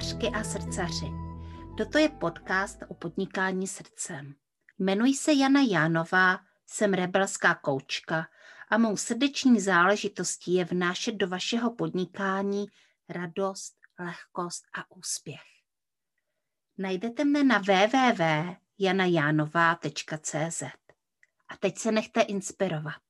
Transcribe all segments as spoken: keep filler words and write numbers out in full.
srdcařky a srdcaři. Toto je podcast o podnikání srdcem. Jmenuji se Jana Jánová, jsem rebelská koučka a mou srdeční záležitostí je vnášet do vašeho podnikání radost, lehkost a úspěch. Najdete mne na w w w tečka jana jánová tečka c z. A teď se nechte inspirovat.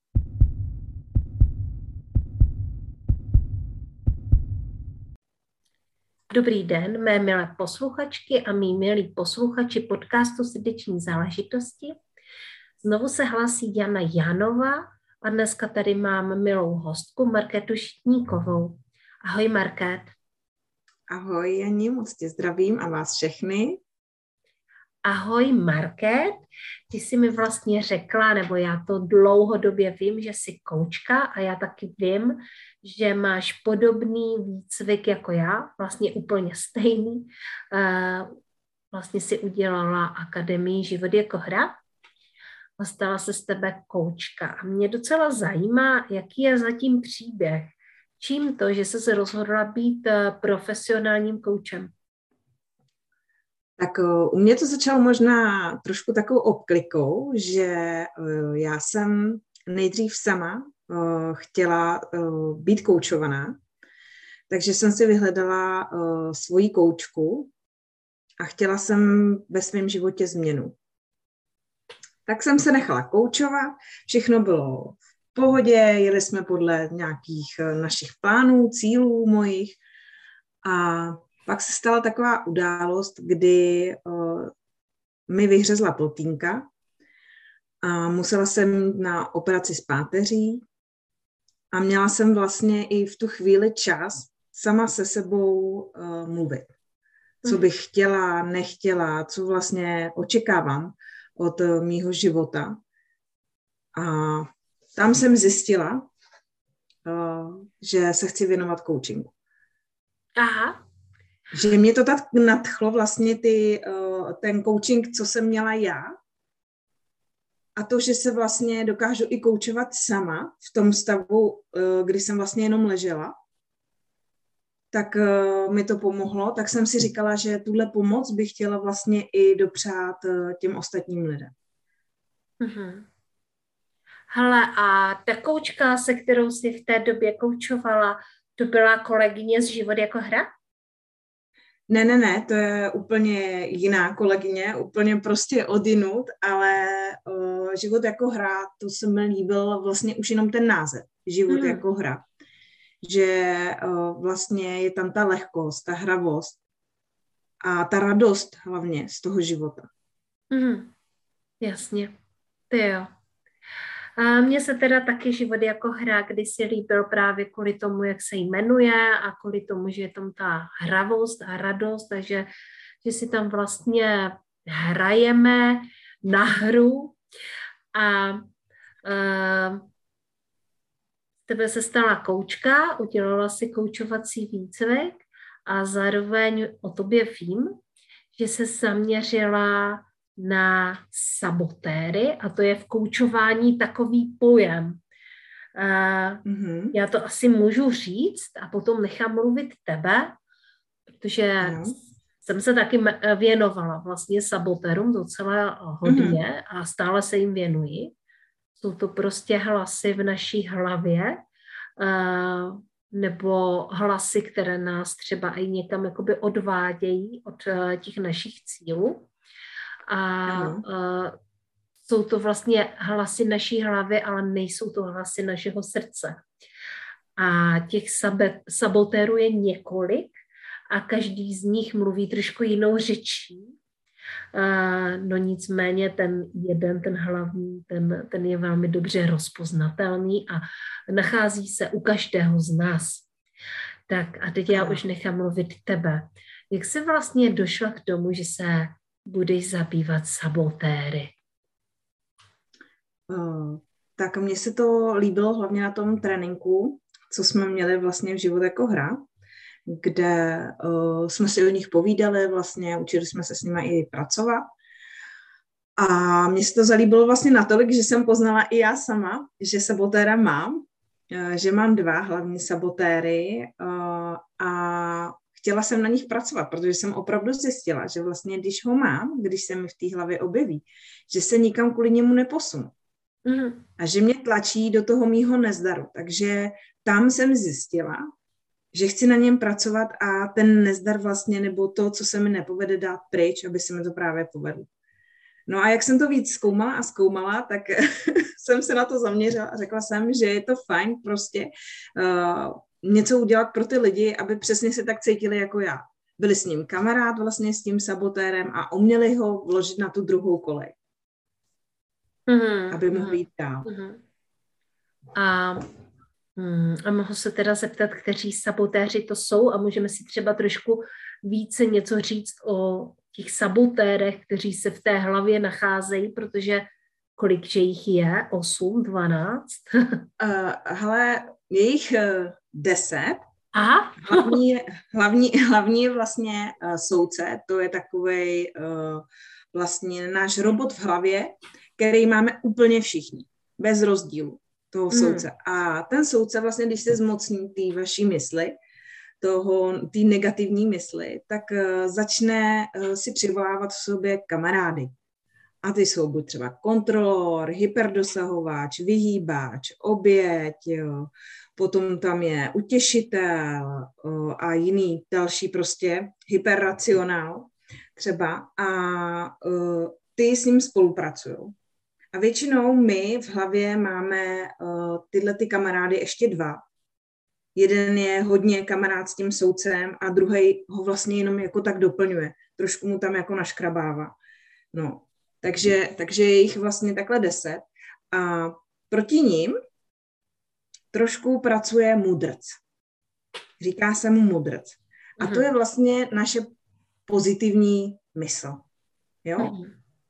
Dobrý den, mé milé posluchačky a mý milí posluchači podcastu Srdeční záležitosti. Znovu se hlásí Jana Jánová a dneska tady mám milou hostku Markétu Šitníkovou. Ahoj Markét. Ahoj Jani, moc tě zdravím a vás všechny. Ahoj Markét, ty jsi mi vlastně řekla, nebo já to dlouhodobě vím, že jsi koučka a já taky vím, že máš podobný výcvik jako já, vlastně úplně stejný. Vlastně si udělala Akademii Život jako hra a stala se z tebe koučka. A mě docela zajímá, jaký je zatím příběh. Čím to, že jsi se rozhodla být profesionálním koučem? Tak u mě to začalo možná trošku takovou obklikou, že já jsem nejdřív sama chtěla být koučovaná, takže jsem si vyhledala svoji koučku a chtěla jsem ve svém životě změnu. Tak jsem se nechala koučovat, všechno bylo v pohodě, jeli jsme podle nějakých našich plánů, cílů mojich a pak se stala taková událost, kdy uh, mi vyhřezla plotínka a musela jsem na operaci s páteří a měla jsem vlastně i v tu chvíli čas sama se sebou uh, mluvit. Co bych chtěla, nechtěla, co vlastně očekávám od uh, mýho života. A tam jsem zjistila, uh, že se chci věnovat coachingu. Aha. Že mě to tak nadchlo vlastně ty, ten coaching, co jsem měla já a to, že se vlastně dokážu i koučovat sama v tom stavu, kdy jsem vlastně jenom ležela, tak mi to pomohlo, tak jsem si říkala, že tuhle pomoc bych chtěla vlastně i dopřát těm ostatním lidem. Mm-hmm. Hele, a ta koučka, se kterou jsi v té době koučovala, to byla kolegyně z Život jako hra? Ne, ne, ne, to je úplně jiná kolegyně, úplně prostě odinut, ale uh, Život jako hra, to se mi líbil vlastně už jenom ten název, Život mm. jako hra. Že uh, vlastně je tam ta lehkost, ta hravost a ta radost hlavně z toho života. Mm. Jasně, ty jo. A mně se teda taky Život jako hra kdysi líbil právě kvůli tomu, jak se jmenuje a kvůli tomu, že je tam ta hravost a radost, takže že si tam vlastně hrajeme na hru a uh, tebe se stala koučka, udělala si koučovací výcvik a zároveň o tobě vím, že se zaměřila na sabotéry a to je v koučování takový pojem. Uh, mm-hmm. Já to asi můžu říct a potom nechám mluvit tebe, protože no. jsem se taky věnovala vlastně sabotérům docela hodně mm-hmm. a stále se jim věnuji. Jsou to prostě hlasy v naší hlavě uh, nebo hlasy, které nás třeba i někam jakoby odvádějí od uh, těch našich cílů. A uh, jsou to vlastně hlasy naší hlavy, ale nejsou to hlasy našeho srdce. A těch sabe, sabotérů je několik a každý z nich mluví trošku jinou řečí. Uh, no nicméně ten jeden, ten hlavní, ten, ten je velmi dobře rozpoznatelný a nachází se u každého z nás. Tak a teď já už nechám mluvit tebe. Jak jsi vlastně došla k tomu, že se budeš zabývat sabotéry? Uh, tak mně se to líbilo hlavně na tom tréninku, co jsme měli vlastně v Život jako hra, kde uh, jsme si o nich povídali, vlastně učili jsme se s nimi i pracovat. A mně se to zalíbilo vlastně natolik, že jsem poznala i já sama, že sabotéra mám, uh, že mám dva hlavní sabotéry uh, a chtěla jsem na nich pracovat, protože jsem opravdu zjistila, že vlastně když ho mám, když se mi v té hlavě objeví, že se nikam kvůli němu neposunu. Mm. A že mě tlačí do toho mýho nezdaru. Takže tam jsem zjistila, že chci na něm pracovat a ten nezdar vlastně, nebo to, co se mi nepovede, dát pryč, aby se mi to právě povedlo. No a jak jsem to víc zkoumala a zkoumala, tak jsem se na to zaměřila a řekla jsem, že je to fajn prostě uh, něco udělat pro ty lidi, aby přesně se tak cítili jako já. Byli s ním kamarád vlastně s tím sabotérem a uměli ho vložit na tu druhou kolej. Mm-hmm. Aby mohli jít dál. Mm-hmm. A, mm, a mohu se teda zeptat, kteří sabotéři to jsou a můžeme si třeba trošku více něco říct o těch sabotérech, kteří se v té hlavě nacházejí, protože kolik že jich je? osm, dvanáct? uh, hele, je jich uh, deset. Aha. Hlavní, hlavní, hlavní je vlastně uh, soudce, to je takovej uh, vlastně náš robot v hlavě, který máme úplně všichni, bez rozdílu toho soudce. Mm. A ten soudce vlastně, když se zmocní té vaší mysli, toho, té negativní mysli, tak uh, začne uh, si přivolávat v sobě kamarády. A ty jsou buď třeba kontrolor, hyperdosahovač, vyhýbač, oběť, jo. Potom tam je utěšitel uh, a jiný další prostě hyperracionál třeba a uh, ty s ním spolupracují. A většinou my v hlavě máme uh, tyhle ty kamarády ještě dva. Jeden je hodně kamarád s tím soudcem a druhý ho vlastně jenom jako tak doplňuje. Trošku mu tam jako naškrabává. No, takže, takže je jich vlastně takhle deset. A proti ním trošku pracuje mudrc. Říká se mu mudrc. A to je vlastně naše pozitivní mysl. Jo? Mm.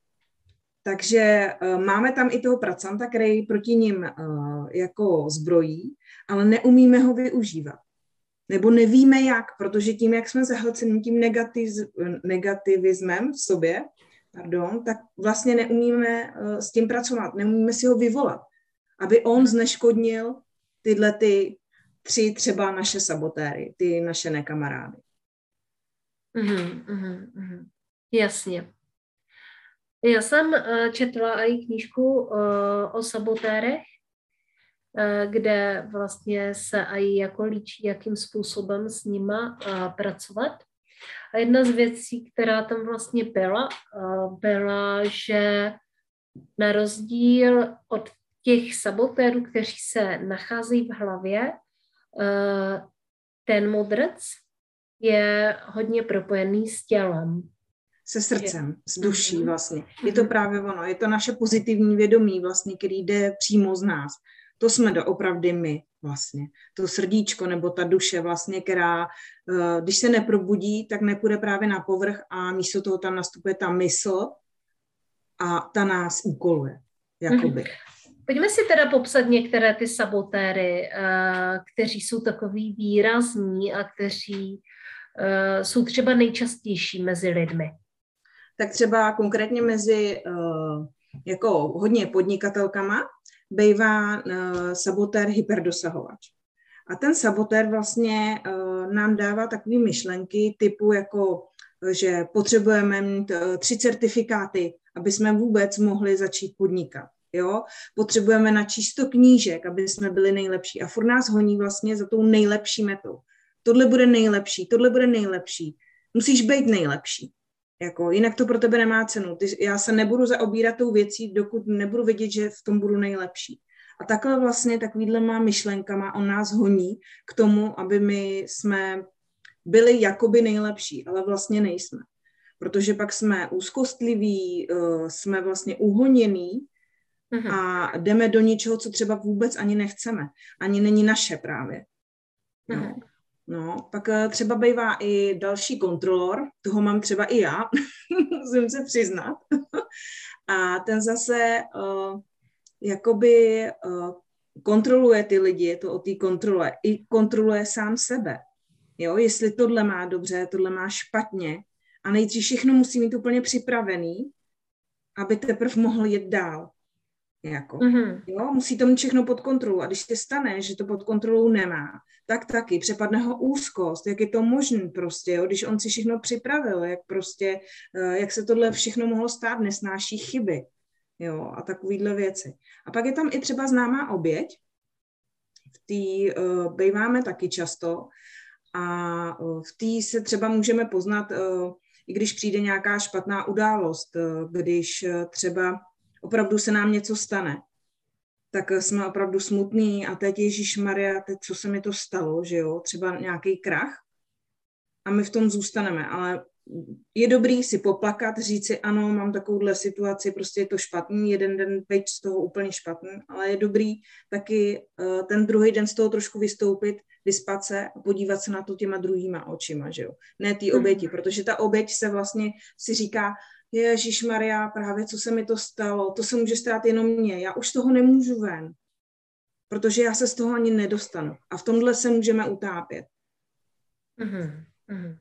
Takže uh, máme tam i toho pracanta, který proti ním uh, jako zbrojí, ale neumíme ho využívat. Nebo nevíme jak, protože tím, jak jsme zahlceni tím negativ, negativismem v sobě, pardon, tak vlastně neumíme uh, s tím pracovat, neumíme si ho vyvolat, aby on zneškodnil tyhle ty tři třeba naše sabotéry, ty naše nekamarády. Mm-hmm, mm-hmm. Jasně. Já jsem uh, četla i knížku uh, o sabotérech, uh, kde vlastně se i jako líčí, jakým způsobem s nima uh, pracovat. A jedna z věcí, která tam vlastně byla, uh, byla, že na rozdíl od těch sabotérů, kteří se nacházejí v hlavě, uh, ten mudrc je hodně propojený s tělem. Se srdcem, s duší vlastně. Je to právě ono, je to naše pozitivní vědomí vlastně, který jde přímo z nás. To jsme doopravdy my vlastně. To srdíčko nebo ta duše vlastně, která, když se neprobudí, tak nepůjde právě na povrch a místo toho tam nastupuje ta mysl a ta nás úkoluje, jakoby. Pojďme si teda popsat některé ty sabotéry, kteří jsou takový výrazní a kteří jsou třeba nejčastější mezi lidmi. Tak třeba konkrétně mezi uh, jako hodně podnikatelkama bývá uh, sabotér hyperdosahovač. A ten sabotér vlastně uh, nám dává takové myšlenky typu jako, že potřebujeme mít uh, tři certifikáty, aby jsme vůbec mohli začít podnikat. Jo? Potřebujeme načíst sto knížek, aby jsme byli nejlepší. A furt nás honí vlastně za tou nejlepší metou. Tohle bude nejlepší, tohle bude nejlepší. Musíš být nejlepší. Jako, jinak to pro tebe nemá cenu. Ty, já se nebudu zaobírat tou věcí, dokud nebudu vědět, že v tom budu nejlepší. A takhle vlastně takovýhlema myšlenkama on nás honí k tomu, aby my jsme byli jakoby nejlepší, ale vlastně nejsme. Protože pak jsme úzkostliví, jsme vlastně uhonění mhm. a jdeme do něčeho, co třeba vůbec ani nechceme. Ani není naše právě. Mhm. No. No, pak třeba bývá i další kontrolor, toho mám třeba i já, musím se přiznat. A ten zase uh, jakoby uh, kontroluje ty lidi, je to o té kontrole, i kontroluje sám sebe. Jo, jestli tohle má dobře, tohle má špatně a nejdřív všechno musí mít úplně připravený, aby teprve mohl jít dál. Jako. Mm-hmm. Jo, musí to mít všechno pod kontrolou. A když se stane, že to pod kontrolou nemá, tak taky přepadne ho úzkost, jak je to možné prostě, jo, když on si všechno připravil, jak prostě, jak se tohle všechno mohlo stát, nesnáší chyby, jo, a takovýhle věci. A pak je tam i třeba známá oběť, v té uh, býváme taky často a uh, v té se třeba můžeme poznat, uh, i když přijde nějaká špatná událost, uh, když uh, třeba opravdu se nám něco stane, tak jsme opravdu smutní a teď Ježišmarja, teď co se mi to stalo, že jo, třeba nějaký krach a my v tom zůstaneme, ale je dobrý si poplakat, říct si ano, mám takovouhle situaci, prostě je to špatný, jeden den být z toho úplně špatný, ale je dobrý taky ten druhý den z toho trošku vystoupit, vyspat se a podívat se na to těma druhýma očima, že jo, ne té oběti, protože ta oběť se vlastně si říká, Ježišmarja, právě co se mi to stalo, to se může stát jenom mně, já už toho nemůžu ven, protože já se z toho ani nedostanu. A v tomhle se můžeme utápět. Mm-hmm. Mm-hmm.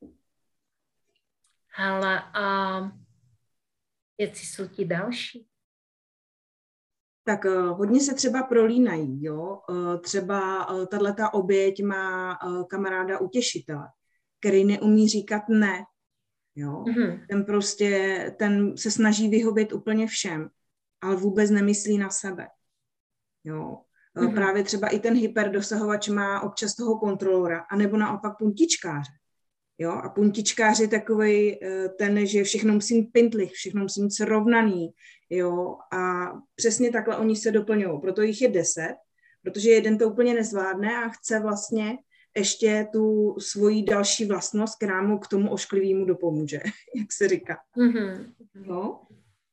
Hele, a věci jsou ti další? Tak uh, hodně se třeba prolínají, jo. Uh, třeba uh, tato oběť má uh, kamaráda utěšitele, který neumí říkat ne. Jo? Mm-hmm. Ten prostě, ten se snaží vyhovět úplně všem, ale vůbec nemyslí na sebe. Jo? Mm-hmm. Právě třeba i ten hyperdosahovač má občas toho kontrolora, anebo naopak puntičkáře. Jo? A puntičkář je takovej ten, že všechno musí mít pintlich, všechno musí mít srovnaný. Jo? A přesně takhle oni se doplňují. Proto jich je deset, protože jeden to úplně nezvládne a chce vlastně ještě tu svoji další vlastnost, která mu k tomu ošklivému dopomůže, jak se říká. Mm-hmm. No.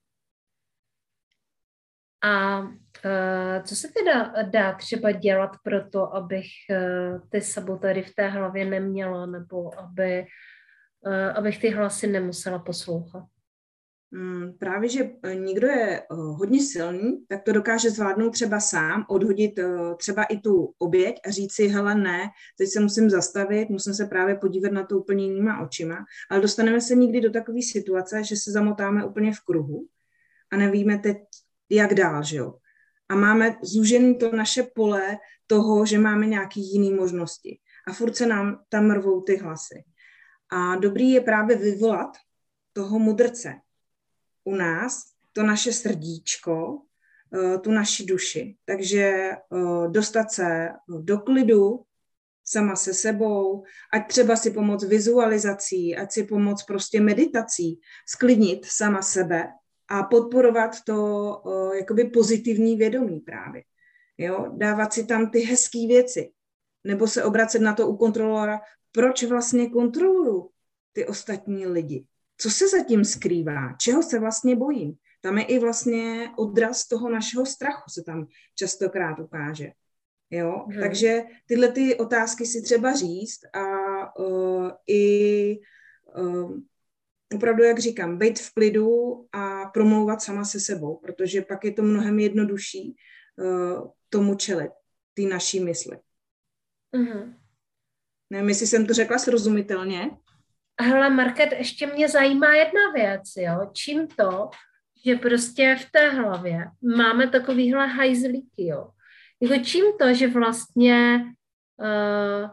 A uh, co se teda dá třeba dělat pro to, abych uh, ty sabotáři v té hlavě neměla, nebo aby, uh, abych ty hlasy nemusela poslouchat? Hmm, právě, že někdo je uh, hodně silný, tak to dokáže zvládnout třeba sám, odhodit uh, třeba i tu oběť a říct si, hele ne, teď se musím zastavit, musím se právě podívat na to úplně jinýma očima, ale dostaneme se někdy do takové situace, že se zamotáme úplně v kruhu a nevíme teď, jak dál, že jo. A máme zúžený to naše pole toho, že máme nějaké jiné možnosti. A furt se nám tam rvou ty hlasy. A dobrý je právě vyvolat toho mudrce u nás, to naše srdíčko, tu naši duši. Takže dostat se do klidu sama se sebou, ať třeba si pomoct vizualizací, ať si pomoct prostě meditací, sklidnit sama sebe a podporovat to jakoby pozitivní vědomí právě. Jo? Dávat si tam ty hezké věci. Nebo se obracet na to u kontrolora, proč vlastně kontroluju ty ostatní lidi. Co se zatím skrývá? Čeho se vlastně bojím? Tam je i vlastně odraz toho našeho strachu, se tam častokrát ukáže. Jo? Hmm. Takže tyhle ty otázky si třeba říct a uh, i uh, opravdu, jak říkám, být v klidu a promlouvat sama se sebou, protože pak je to mnohem jednodušší uh, tomu čelit, ty naší mysli. Hmm. Nevím, jestli jsem to řekla srozumitelně. Hele, Market, ještě mě zajímá jedna věc, jo. Čím to, že prostě v té hlavě máme takovýhle hajzlíky, jo. Jako čím to, že vlastně uh,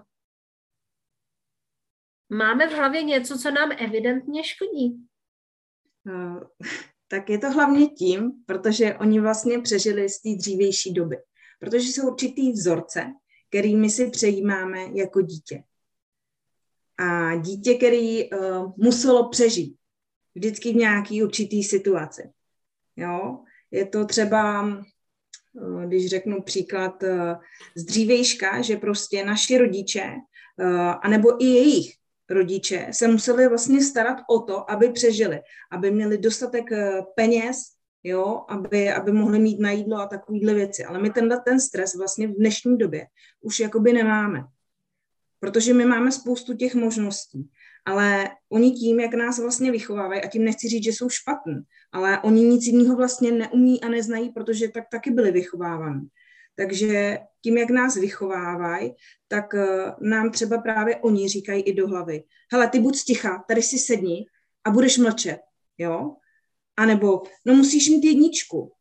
máme v hlavě něco, co nám evidentně škodí? Uh, tak je to hlavně tím, protože oni vlastně přežili z té dřívější doby. Protože jsou určitý vzorce, kterými si přejímáme jako dítě. A dítě, který uh, muselo přežít vždycky v nějaký určitý situaci. Jo? Je to třeba, uh, když řeknu příklad uh, z dřívejška, že prostě naši rodiče, uh, anebo i jejich rodiče se museli vlastně starat o to, aby přežili, aby měli dostatek uh, peněz, jo? Aby, aby mohli mít na jídlo a takovýhle věci. Ale my tenhle ten stres vlastně v dnešní době už jakoby nemáme. Protože my máme spoustu těch možností, ale oni tím, jak nás vlastně vychovávají, a tím nechci říct, že jsou špatní, ale oni nic jiného vlastně neumí a neznají, protože tak taky byli vychovávaní. Takže tím, jak nás vychovávají, tak nám třeba právě oni říkají i do hlavy, hele, ty buď sticha, tady si sedni a budeš mlčet, jo? A nebo, no musíš mít jedničku,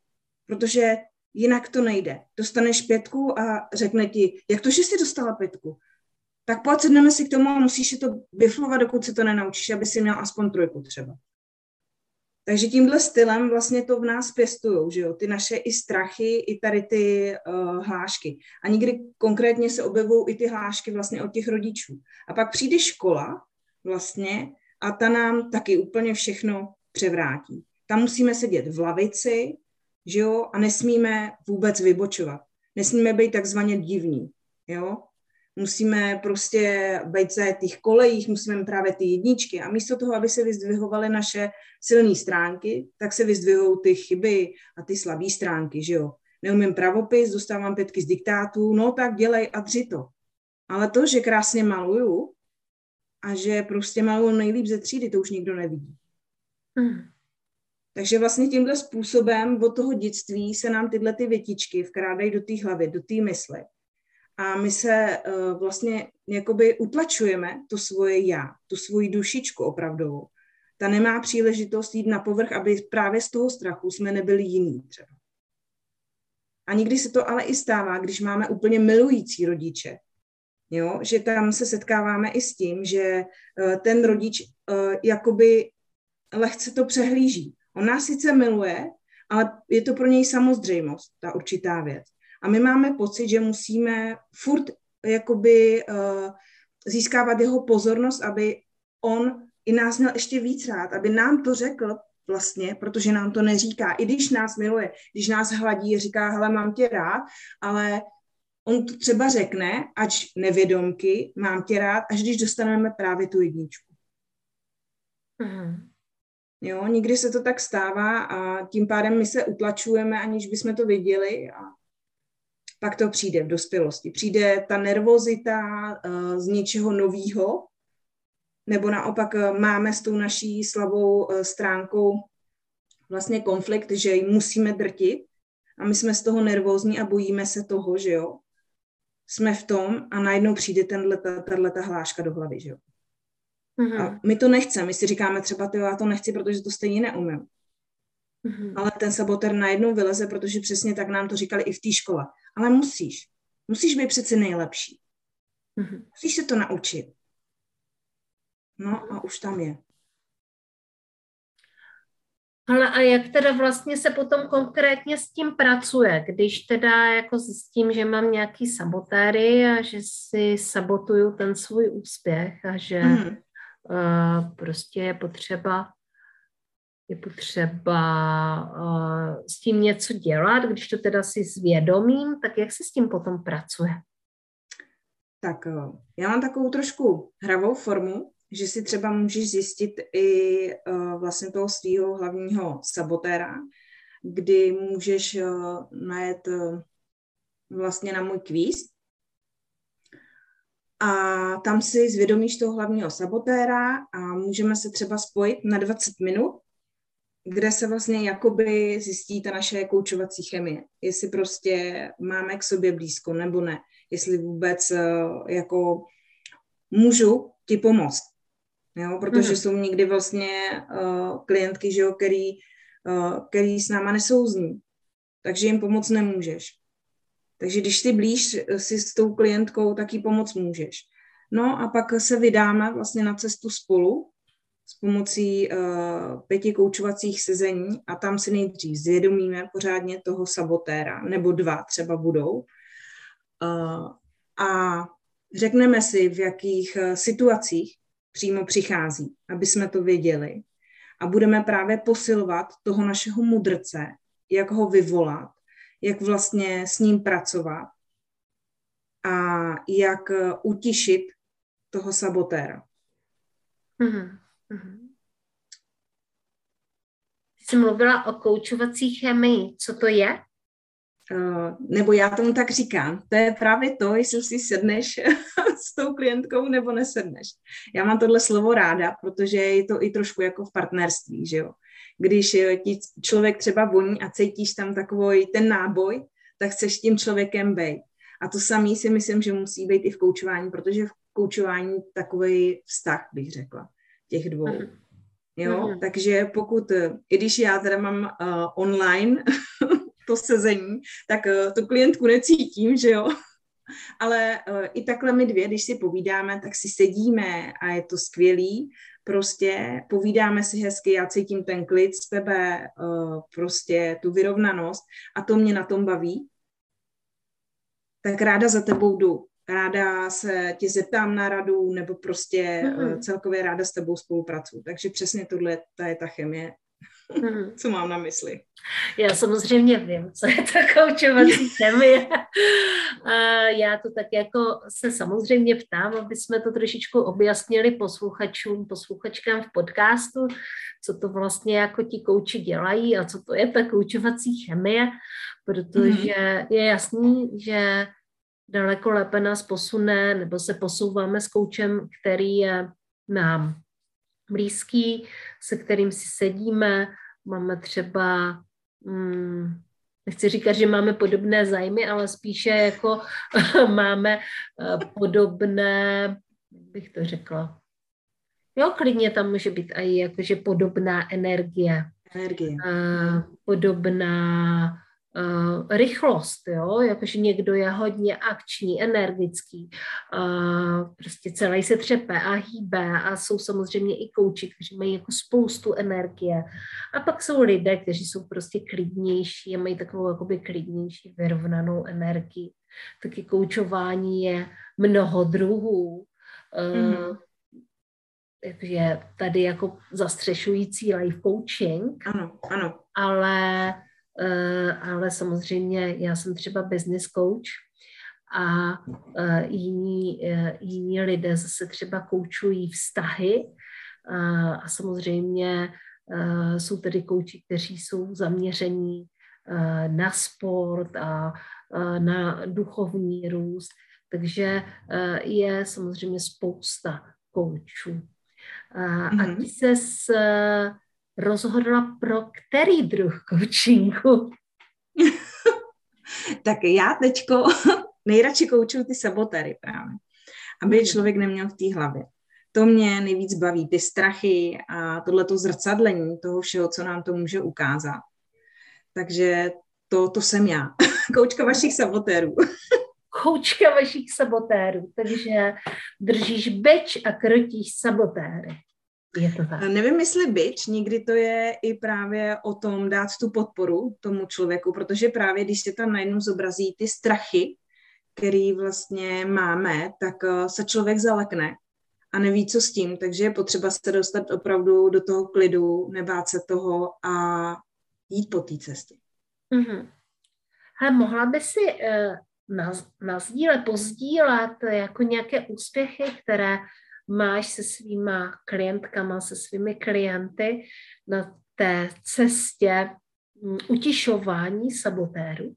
protože jinak to nejde. Dostaneš pětku a řekne ti, jak to, že jsi dostala pětku? Tak pojď, sedneme si k tomu a musíš si to biflovat, dokud se to nenaučíš, aby si měl aspoň trojku třeba. Takže tímhle stylem vlastně to v nás pěstujou, že jo, ty naše i strachy, i tady ty uh, hlášky. A někdy konkrétně se objevují i ty hlášky vlastně od těch rodičů. A pak přijde škola vlastně a ta nám taky úplně všechno převrátí. Tam musíme sedět v lavici, že jo, a nesmíme vůbec vybočovat. Nesmíme být takzvaně divní, jo. Musíme prostě být za těch kolejích, musíme mít právě ty jedničky a místo toho, aby se vyzdvihovaly naše silné stránky, tak se vyzdvihují ty chyby a ty slabé stránky, že jo. Neumím pravopis, dostávám pětky z diktátů, no tak dělej a dři to. Ale to, že krásně maluju a že prostě maluju nejlíp ze třídy, to už nikdo nevidí. Hmm. Takže vlastně tímhle způsobem od toho dětství se nám tyhle ty větičky vkrádají do té hlavy, do té mysli. A my se uh, vlastně jakoby utlačujeme to svoje já, tu svoji dušičku opravdovou. Ta nemá příležitost jít na povrch, aby právě z toho strachu jsme nebyli jiní třeba. A někdy se to ale i stává, když máme úplně milující rodiče. Jo? Že tam se setkáváme i s tím, že uh, ten rodič uh, jakoby lehce to přehlíží. On nás sice miluje, ale je to pro něj samozřejmost, ta určitá věc. A my máme pocit, že musíme furt jakoby uh, získávat jeho pozornost, aby on i nás měl ještě víc rád, aby nám to řekl vlastně, protože nám to neříká, i když nás miluje, když nás hladí, říká, hele, mám tě rád, ale on to třeba řekne, ač nevědomky, mám tě rád, až když dostaneme právě tu jedničku. Mhm. Jo, někdy se to tak stává a tím pádem my se utlačujeme, aniž bychom to viděli a pak to přijde v dospělosti. Přijde ta nervozita uh, z něčeho novýho, nebo naopak uh, máme s tou naší slabou uh, stránkou vlastně konflikt, že ji musíme drtit a my jsme z toho nervózní a bojíme se toho, že jo. Jsme v tom a najednou přijde tato hláška do hlavy, že jo. Mm-hmm. A my to nechceme, my si říkáme třeba, tyjo, já to nechci, protože to stejně neumím. Mm-hmm. Ale ten sabotér najednou vyleze, protože přesně tak nám to říkali i v té škole. Ale musíš. Musíš být přece nejlepší. Mm-hmm. Musíš se to naučit. No a už tam je. Ale a jak teda vlastně se potom konkrétně s tím pracuje, když teda jako zjistím, že mám nějaký sabotéry a že si sabotuju ten svůj úspěch a že mm. uh, prostě je potřeba je potřeba uh, s tím něco dělat, když to teda si zvědomím, tak jak se s tím potom pracuje? Tak uh, já mám takovou trošku hravou formu, že si třeba můžeš zjistit i uh, vlastně toho svého hlavního sabotéra, kdy můžeš uh, najet uh, vlastně na můj kvíz a tam si zvědomíš toho hlavního sabotéra a můžeme se třeba spojit na dvacet minut, kde se vlastně jakoby zjistí ta naše koučovací chemie. Jestli prostě máme k sobě blízko nebo ne. Jestli vůbec uh, jako můžu ti pomoct. Jo, protože mm. jsou někdy vlastně uh, klientky, že jo, který, uh, který s náma nesouzní. Takže jim pomoct nemůžeš. Takže když ty blíž si s tou klientkou, tak jí pomoct můžeš. No a pak se vydáme vlastně na cestu spolu s pomocí uh, pěti koučovacích sezení a tam si nejdřív zvědomíme pořádně toho sabotéra, nebo dva třeba budou. Uh, a řekneme si, v jakých uh, situacích přímo přichází, aby jsme to věděli. A budeme právě posilovat toho našeho mudrce, jak ho vyvolat, jak vlastně s ním pracovat a jak utišit toho sabotéra. Mm-hmm. Jsi mluvila o koučovací chemii. Co to je? Uh, nebo já tomu tak říkám. To je právě to, jestli si sedneš s tou klientkou nebo nesedneš. Já mám tohle slovo ráda, protože je to i trošku jako v partnerství, že jo. Když ti člověk třeba voní a cítíš tam takový ten náboj, tak chceš s tím člověkem být. A to samý si myslím, že musí být i v koučování, protože v koučování takový vztah, bych řekla, těch dvou. Jo, mm-hmm. Takže pokud, i když já teda mám uh, online to sezení, tak tu klientku necítím, že jo. Ale i takhle my dvě, když si povídáme, tak si sedíme a je to skvělý. Prostě povídáme si hezky, já cítím ten klid z tebe, prostě tu vyrovnanost a to mě na tom baví. Tak ráda za tebou jdu. Ráda se tě zeptám na radu, nebo prostě mm. celkově ráda s tebou spolupracuju. Takže přesně tohle, ta je ta chemie, mm. co mám na mysli. Já samozřejmě vím, co je ta koučovací chemie. Já to tak jako se samozřejmě ptám, aby jsme to trošičku objasnili posluchačům, posluchačkám v podcastu, co to vlastně jako ti kouči dělají a co to je ta koučovací chemie, protože mm. je jasný, že daleko lépe nás posune, nebo se posouváme s koučem, který je nám blízký, se kterým si sedíme, máme třeba, hm, nechci říkat, že máme podobné zájmy, ale spíše jako máme podobné, bych to řekla, jo, klidně tam může být i jakože podobná energie, energie. Uh, podobná Uh, rychlost, jo, jakože někdo je hodně akční, energický, uh, prostě celý se třepe a hýbe a jsou samozřejmě i kouči, kteří mají jako spoustu energie a pak jsou lidé, kteří jsou prostě klidnější a mají takovou jakoby klidnější, vyrovnanou energii. Taky koučování je mnoho druhů, uh, mm-hmm. takže tady jako zastřešující life coaching, ano, ano. ale Uh, ale samozřejmě já jsem třeba business coach a uh, jiní, uh, jiní lidé zase třeba koučují vztahy uh, a samozřejmě uh, jsou tedy kouči, kteří jsou zaměření uh, na sport a uh, na duchovní růst, takže uh, je samozřejmě spousta koučů. Uh, mm-hmm. A ty ses uh, rozhodla pro který druh coachingu? Tak já teďko nejradši koučuju ty sabotéry právě, aby člověk neměl v té hlavě. To mě nejvíc baví, ty strachy a tohleto zrcadlení toho všeho, co nám to může ukázat. Takže to, to jsem já, koučka vašich sabotérů. Koučka vašich sabotérů, takže držíš bič a krotíš sabotéry. Je to tak. Nevím, jestli bič, někdy to je i právě o tom dát tu podporu tomu člověku, protože právě když se tam najednou zobrazí ty strachy, který vlastně máme, tak se člověk zalekne a neví, co s tím, takže je potřeba se dostat opravdu do toho klidu, nebát se toho a jít po té cestě. Mm-hmm. Ale mohla by si uh, naz, nazdílet, pozdílet jako nějaké úspěchy, které máš se svýma klientkama, se svými klienty na té cestě um, utišování sabotérů?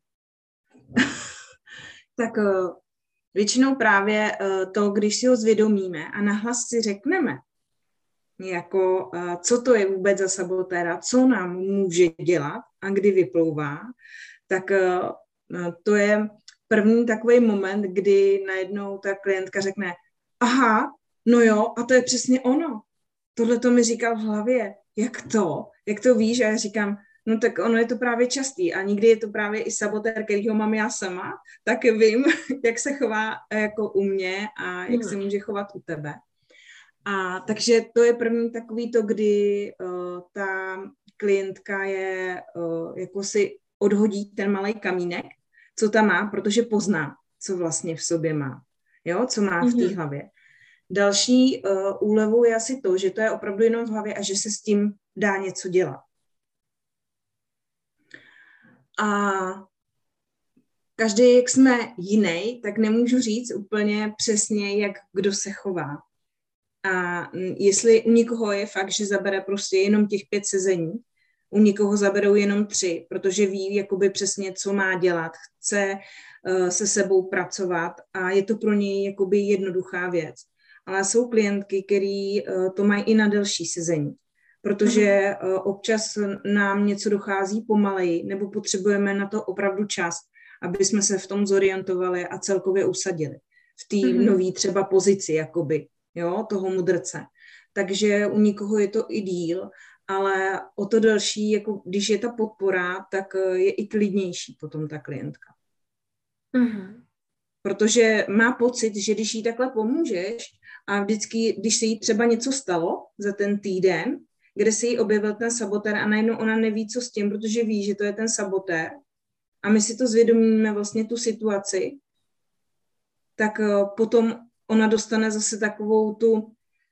Tak většinou právě to, když si ho zvědomíme a nahlas si řekneme, jako, co to je vůbec za sabotéra, co nám může dělat a kdy vyplouvá, tak to je první takový moment, kdy najednou ta klientka řekne, aha, no jo, a to je přesně ono. Tohle to mi říkal v hlavě. Jak to? Jak to víš? A já říkám, no tak ono je to právě častý a někdy je to právě i sabotér, kterýho mám já sama, tak vím, jak se chová jako u mě a jak se může chovat u tebe. A takže to je první takový to, kdy uh, ta klientka je, uh, jako si odhodí ten malej kamínek, co tam má, protože pozná, co vlastně v sobě má, jo, co má v té hlavě. Další uh, úlevou je asi to, že to je opravdu jenom v hlavě a že se s tím dá něco dělat. A každý, jak jsme jiný, tak nemůžu říct úplně přesně, jak kdo se chová. A jestli u někoho je fakt, že zabere prostě jenom těch pět sezení, u někoho zaberou jenom tři, protože ví jakoby přesně, co má dělat, chce uh, se sebou pracovat a je to pro něj jakoby jednoduchá věc. Ale jsou klientky, který uh, to mají i na delší sezení, protože uh, občas nám něco dochází pomaleji, nebo potřebujeme na to opravdu čas, aby jsme se v tom zorientovali a celkově usadili. V té mm-hmm. nové třeba pozici, jakoby, jo, toho mudrce. Takže u někoho je to i díl ale o to delší, jako když je ta podpora, tak je i klidnější potom ta klientka. Mm-hmm. Protože má pocit, že když jí takhle pomůžeš a vždycky, když se jí třeba něco stalo za ten týden, kde se jí objevil ten sabotér a najednou ona neví, co s tím, protože ví, že to je ten sabotér a my si to zvědomíme vlastně tu situaci, tak potom ona dostane zase takovou tu,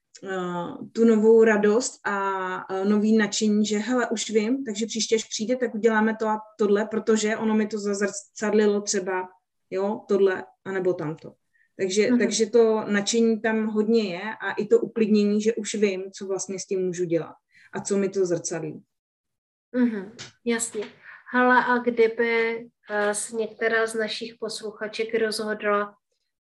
tu novou radost a nový nadšení, že hele, už vím, takže příště, až přijde, tak uděláme to a tohle, protože ono mi to zazrcadlilo třeba, jo, tohle, anebo tamto. Takže, mm-hmm. takže to nadšení tam hodně je a i to uklidnění, že už vím, co vlastně s tím můžu dělat a co mi to zrcadlí. Mm-hmm, jasně. Hala, a kdyby uh, se některá z našich posluchaček rozhodla,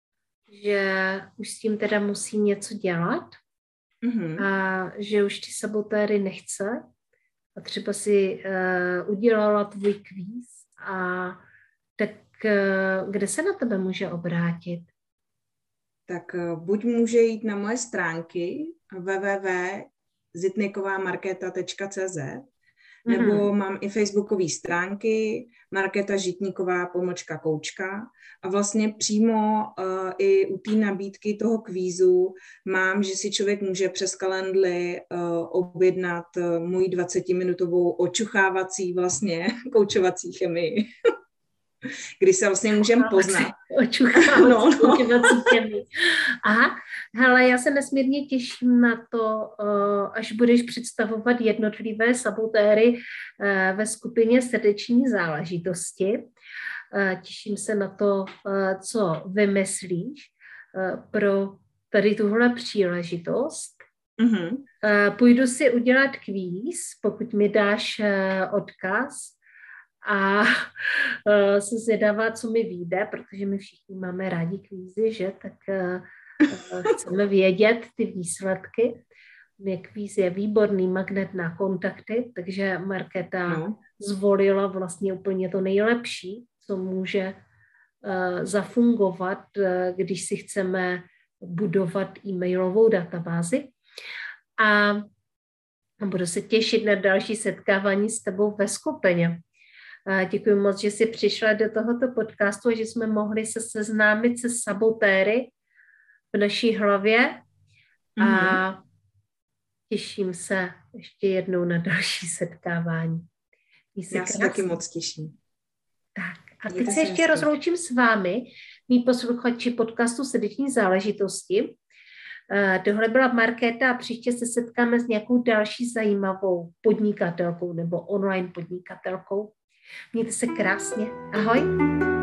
že už s tím teda musí něco dělat mm-hmm. a že už ty sabotéry nechce a třeba si uh, udělala tvůj kvíz a tak uh, kde se na tebe může obrátit? Tak uh, buď může jít na moje stránky w w w tečka zitniková markéta tečka c z nebo mm-hmm. mám i facebookové stránky Markéta Žitníková pomlčka koučka a vlastně přímo uh, i u té nabídky toho kvízu mám, že si člověk může přes kalendly uh, objednat uh, můj dvacetiminutovou očuchávací vlastně koučovací chemii. Kdy se vlastně můžeme poznat. Očuchávací no, no. chemii. Aha, hele, já se nesmírně těším na to, až budeš představovat jednotlivé sabotéry ve skupině Srdeční záležitosti. Těším se na to, co vymyslíš pro tady tuhle příležitost. Mm-hmm. Půjdu si udělat kvíz, pokud mi dáš odkaz, a uh, se zvědavá, co mi vyjde, protože my všichni máme rádi kvízy, že? Tak uh, chceme vědět ty výsledky. Mě kvíz je výborný magnet na kontakty, takže Markéta no. zvolila vlastně úplně to nejlepší, co může uh, zafungovat, uh, když si chceme budovat e-mailovou databázi. A budu se těšit na další setkávání s tebou ve skupině. Děkuji moc, že jsi přišla do tohoto podcastu a že jsme mohli se seznámit se sabotéry v naší hlavě a mm-hmm. těším se ještě jednou na další setkávání. Já se taky moc těším. Tak a teď se ještě rozloučím s vámi, mý posluchači podcastu Srdeční záležitosti. Tohle byla Markéta a příště se setkáme s nějakou další zajímavou podnikatelkou nebo online podnikatelkou. Mějte se krásně. Ahoj.